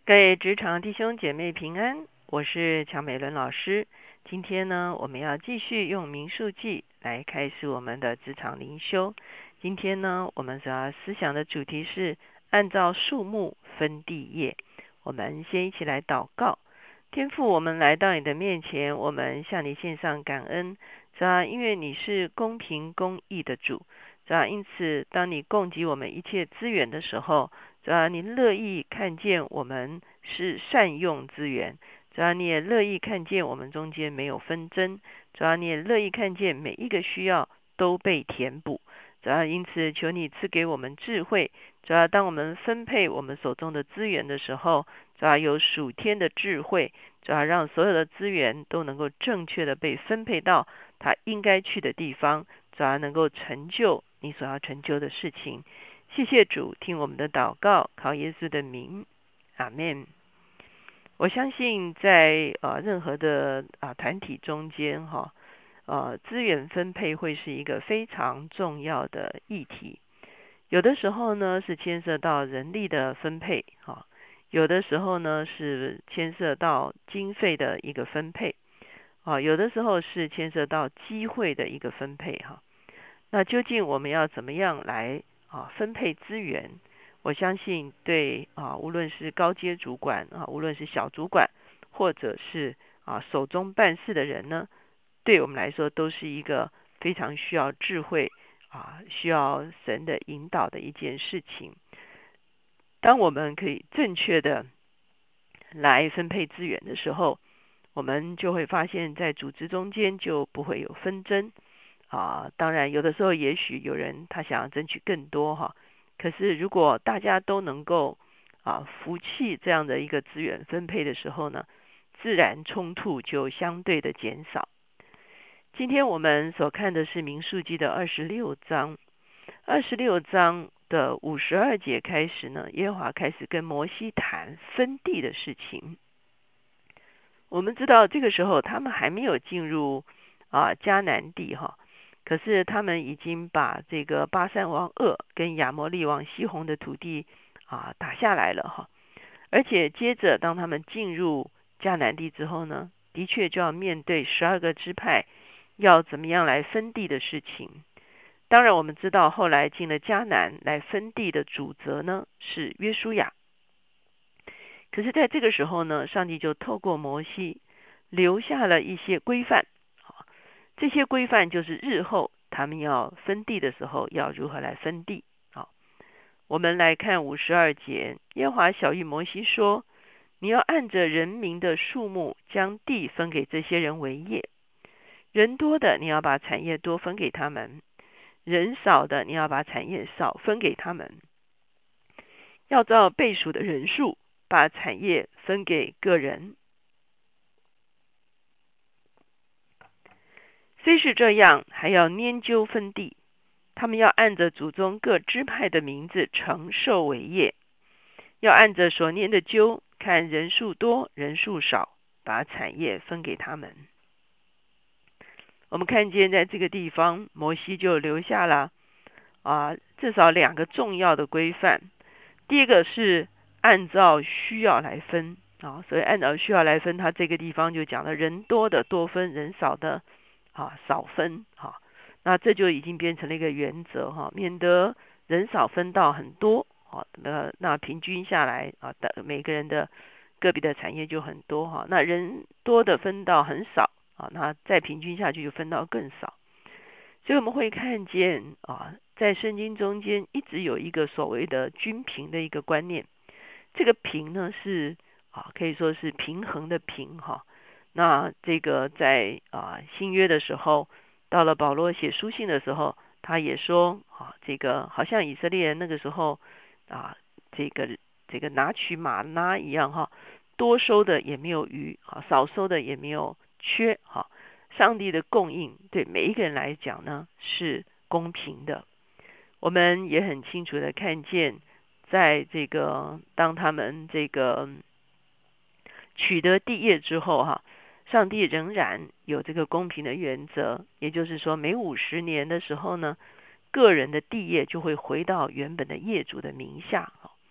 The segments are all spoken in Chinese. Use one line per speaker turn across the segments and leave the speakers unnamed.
各位职场弟兄姐妹平安，我是乔美伦老师。今天呢，我们要继续用民数记来开始我们的职场灵修。今天呢，我们所要思想的主题是按照数目分地业。我们先一起来祷告。天父，我们来到你的面前，我们向你献上感恩，主要因为你是公平公义的主，主要因此当你供给我们一切资源的时候，主要你乐意看见我们是善用资源，主要你也乐意看见我们中间没有纷争，主要你也乐意看见每一个需要都被填补，主要因此求你赐给我们智慧，主要当我们分配我们手中的资源的时候，主要有属天的智慧，主要让所有的资源都能够正确的被分配到它应该去的地方，主要能够成就你所要成就的事情。谢谢主，听我们的祷告，靠耶稣的名，阿们。我相信在任何的团体中间资源分配会是一个非常重要的议题。有的时候呢是牵涉到人力的分配有的时候呢是牵涉到经费的一个分配有的时候是牵涉到机会的一个分配那究竟我们要怎么样来分配资源？我相信对无论是高阶主管无论是小主管，或者是手中办事的人呢，对我们来说都是一个非常需要智慧需要神的引导的一件事情。当我们可以正确的来分配资源的时候，我们就会发现在组织中间就不会有纷争当然有的时候也许有人他想要争取更多可是如果大家都能够服气这样的一个资源分配的时候呢，自然冲突就相对的减少。今天我们所看的是民数记的26章，26章的52节开始呢，耶和华开始跟摩西谈分地的事情。我们知道这个时候他们还没有进入迦南地可是他们已经把这个巴珊王噩跟亚摩利王西宏的土地打下来了而且接着当他们进入迦南地之后呢，的确就要面对12个支派要怎么样来分地的事情。当然我们知道后来进了迦南来分地的主责呢是约书亚。可是在这个时候呢，上帝就透过摩西留下了一些规范这些规范就是日后他们要分地的时候要如何来分地我们来看52节，耶和华晓谕摩西说，你要按着人民的数目将地分给这些人为业，人多的你要把产业多分给他们，人少的你要把产业少分给他们，要照被数的人数把产业分给个人。虽是这样，还要拈阄分地，他们要按着祖宗各支派的名字承受为业，要按着所拈的阄，看人数多人数少，把产业分给他们。我们看见在这个地方，摩西就留下了至少2个重要的规范。第一个是按照需要来分所以按照需要来分，他这个地方就讲了人多的多分，人少的少分那这就已经变成了一个原则免得人少分到很多那平均下来每个人的个别的产业就很多那人多的分到很少那再平均下去就分到更少。所以我们会看见在圣经中间一直有一个所谓的均平的一个观念。这个平呢是可以说是平衡的平那这个在新约的时候，到了保罗写书信的时候，他也说这个好像以色列人那个时候这个拿取玛纳一样多收的也没有余少收的也没有缺上帝的供应对每一个人来讲呢是公平的。我们也很清楚的看见，在这个当他们这个取得地业之后上帝仍然有这个公平的原则，也就是说每50年的时候呢，个人的地业就会回到原本的业主的名下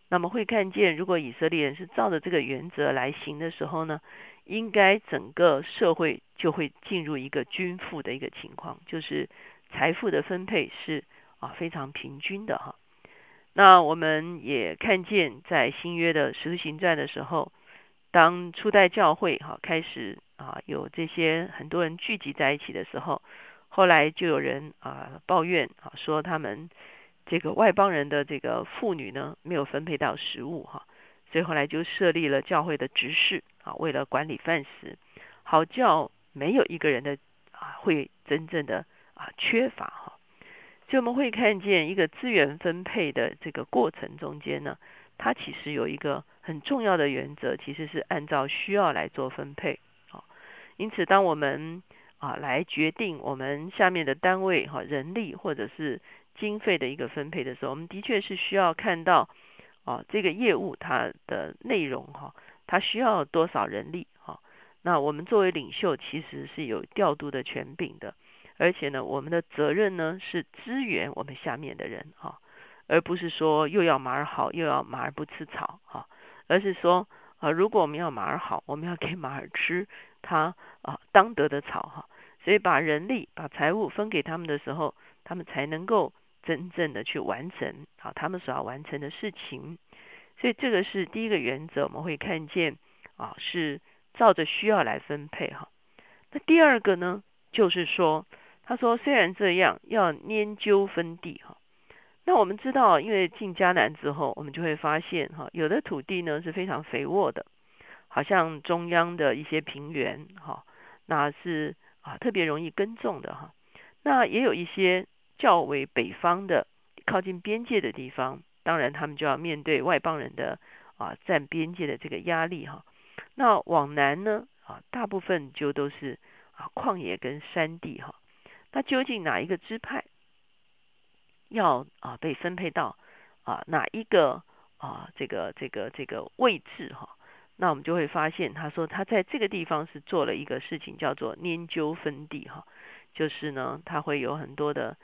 那么会看见，如果以色列人是照着这个原则来行的时候呢，应该整个社会就会进入一个均富的一个情况，就是财富的分配是非常平均的哈。那我们也看见在新约的使徒行传的时候，当初代教会开始有这些很多人聚集在一起的时候，后来就有人抱怨说他们这个外邦人的这个妇女呢没有分配到食物所以后来就设立了教会的执事为了管理饭食，好叫没有一个人的会真正的缺乏所以我们会看见一个资源分配的这个过程中间呢，它其实有一个很重要的原则，其实是按照需要来做分配因此当我们来决定我们下面的单位人力或者是经费的一个分配的时候，我们的确是需要看到这个业务它的内容它需要多少人力那我们作为领袖其实是有调度的权柄的，而且呢我们的责任呢是支援我们下面的人而不是说又要马儿好又要马儿不吃草而是说如果我们要马儿好，我们要给马儿吃它当得的草所以把人力把财物分给他们的时候，他们才能够真正的去完成他们所要完成的事情。所以这个是第一个原则，我们会看见是照着需要来分配那第二个呢，就是说他说虽然这样要拈阄分地那我们知道因为进迦南之后，我们就会发现有的土地呢是非常肥沃的，好像中央的一些平原那是特别容易耕种的那也有一些较为北方的靠近边界的地方，当然他们就要面对外邦人的占边界的这个压力那往南呢大部分就都是旷野跟山地那究竟哪一个支派要被分配到哪一个这个位置那我们就会发现他说他在这个地方是做了一个事情叫做拈阄分地就是呢他会有很多的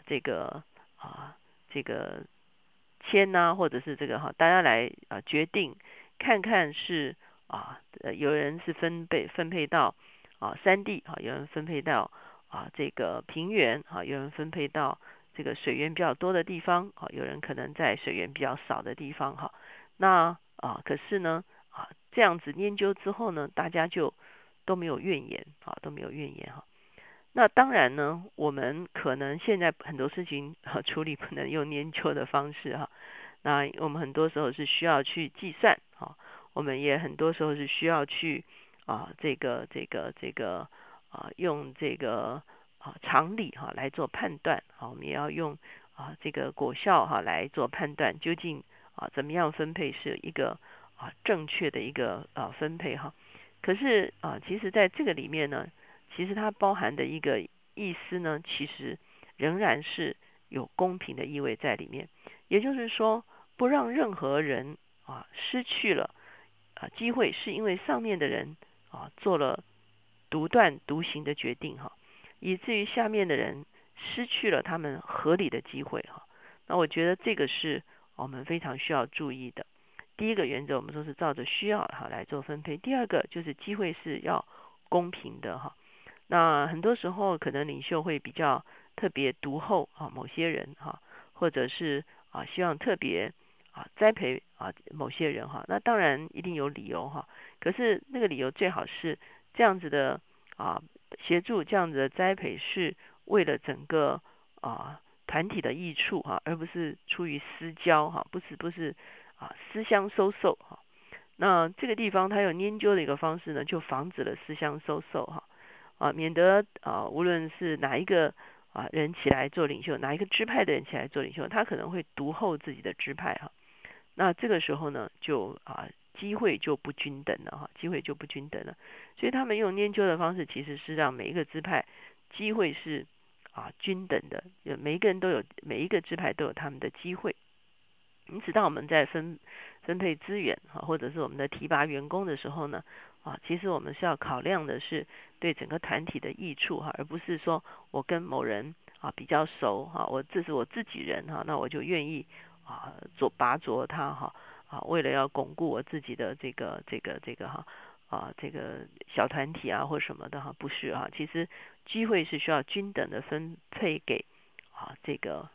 这个签或者是这个大家来决定看看是有人是分配到山地有人分配到这个平原有人分配到这个水源比较多的地方有人可能在水源比较少的地方那可是呢这样子研究之后呢，大家就都没有怨言都没有怨言那当然呢，我们可能现在很多事情处理不能用研究的方式那我们很多时候是需要去计算我们也很多时候是需要去用这个常理来做判断我们也要用这个果效来做判断，究竟怎么样分配是一个正确的一个分配可是其实在这个里面呢，其实它包含的一个意思呢，其实仍然是有公平的意味在里面。也就是说，不让任何人失去了机会，是因为上面的人做了独断独行的决定以至于下面的人失去了他们合理的机会那我觉得这个是我们非常需要注意的。第一个原则我们说是照着需要来做分配，第二个就是机会是要公平的那很多时候可能领袖会比较特别独厚某些人或者是希望特别栽培某些人那当然一定有理由可是那个理由最好是这样子的协助，这样子的栽培是为了整个团体的益处而不是出于私交不是私相收受那这个地方它有研究的一个方式呢，就防止了私相收受免得无论是哪一个人起来做领袖，哪一个支派的人起来做领袖，他可能会独厚自己的支派那这个时候呢，就机会就不均等了机会就不均等了。所以他们用研究的方式，其实是让每一个支派机会是均等的，每一个人都有，每一个支派都有他们的机会。因此，当我们在分配资源或者是我们的提拔员工的时候呢，其实我们是要考量的是对整个团体的益处而不是说我跟某人比较熟这是我自己人那我就愿意拔擢他为了要巩固我自己的这个这个小团体或什么的不是其实机会是需要均等的分配给这个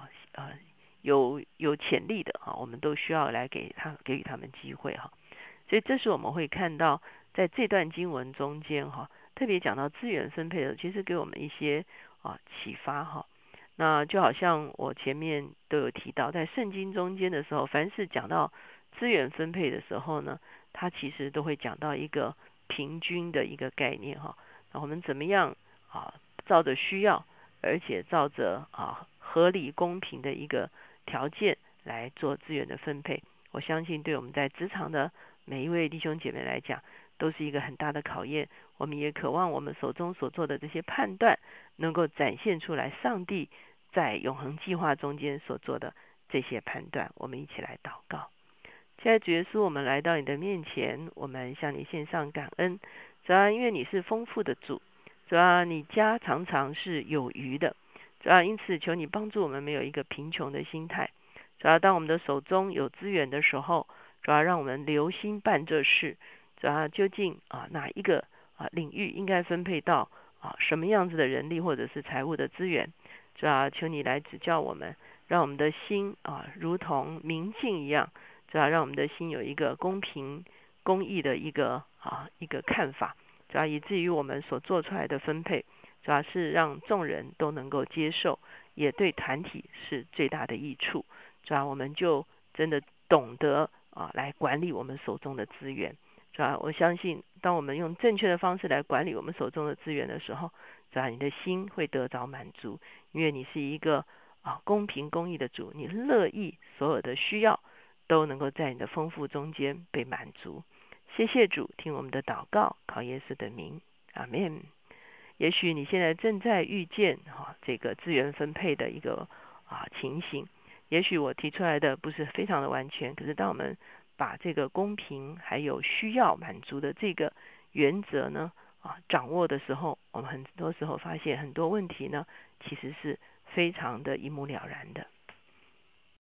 有潜力的我们都需要来给予他们机会所以这是我们会看到在这段经文中间特别讲到资源分配的，其实给我们一些启发那就好像我前面都有提到，在圣经中间的时候，凡是讲到资源分配的时候呢，它其实都会讲到一个平均的一个概念那我们怎么样照着需要，而且照着合理公平的一个条件来做资源的分配。我相信对我们在职场的每一位弟兄姐妹来讲，都是一个很大的考验。我们也渴望我们手中所做的这些判断，能够展现出来上帝在永恒计划中间所做的这些判断。我们一起来祷告。现在主耶稣，我们来到你的面前，我们向你献上感恩。主要因为你是丰富的主，主要你家常常是有余的，主要因此求你帮助我们没有一个贫穷的心态。主要当我们的手中有资源的时候，主要让我们留心办这事。主要究竟哪一个领域应该分配到什么样子的人力或者是财务的资源？主要求你来指教我们，让我们的心如同明镜一样，主要让我们的心有一个公平公义的一个看法，主要以至于我们所做出来的分配，主要是让众人都能够接受，也对团体是最大的益处。主要我们就真的懂得来管理我们手中的资源。主要我相信，当我们用正确的方式来管理我们手中的资源的时候，主要你的心会得着满足，因为你是一个公平公义的主，你乐意所有的需要都能够在你的丰富中间被满足。谢谢主，听我们的祷告，靠耶稣的名，阿们。也许你现在正在遇见这个资源分配的一个情形，也许我提出来的不是非常的完全，可是当我们把这个公平还有需要满足的这个原则呢掌握的时候，我们很多时候发现很多问题呢其实是非常的一目了然的。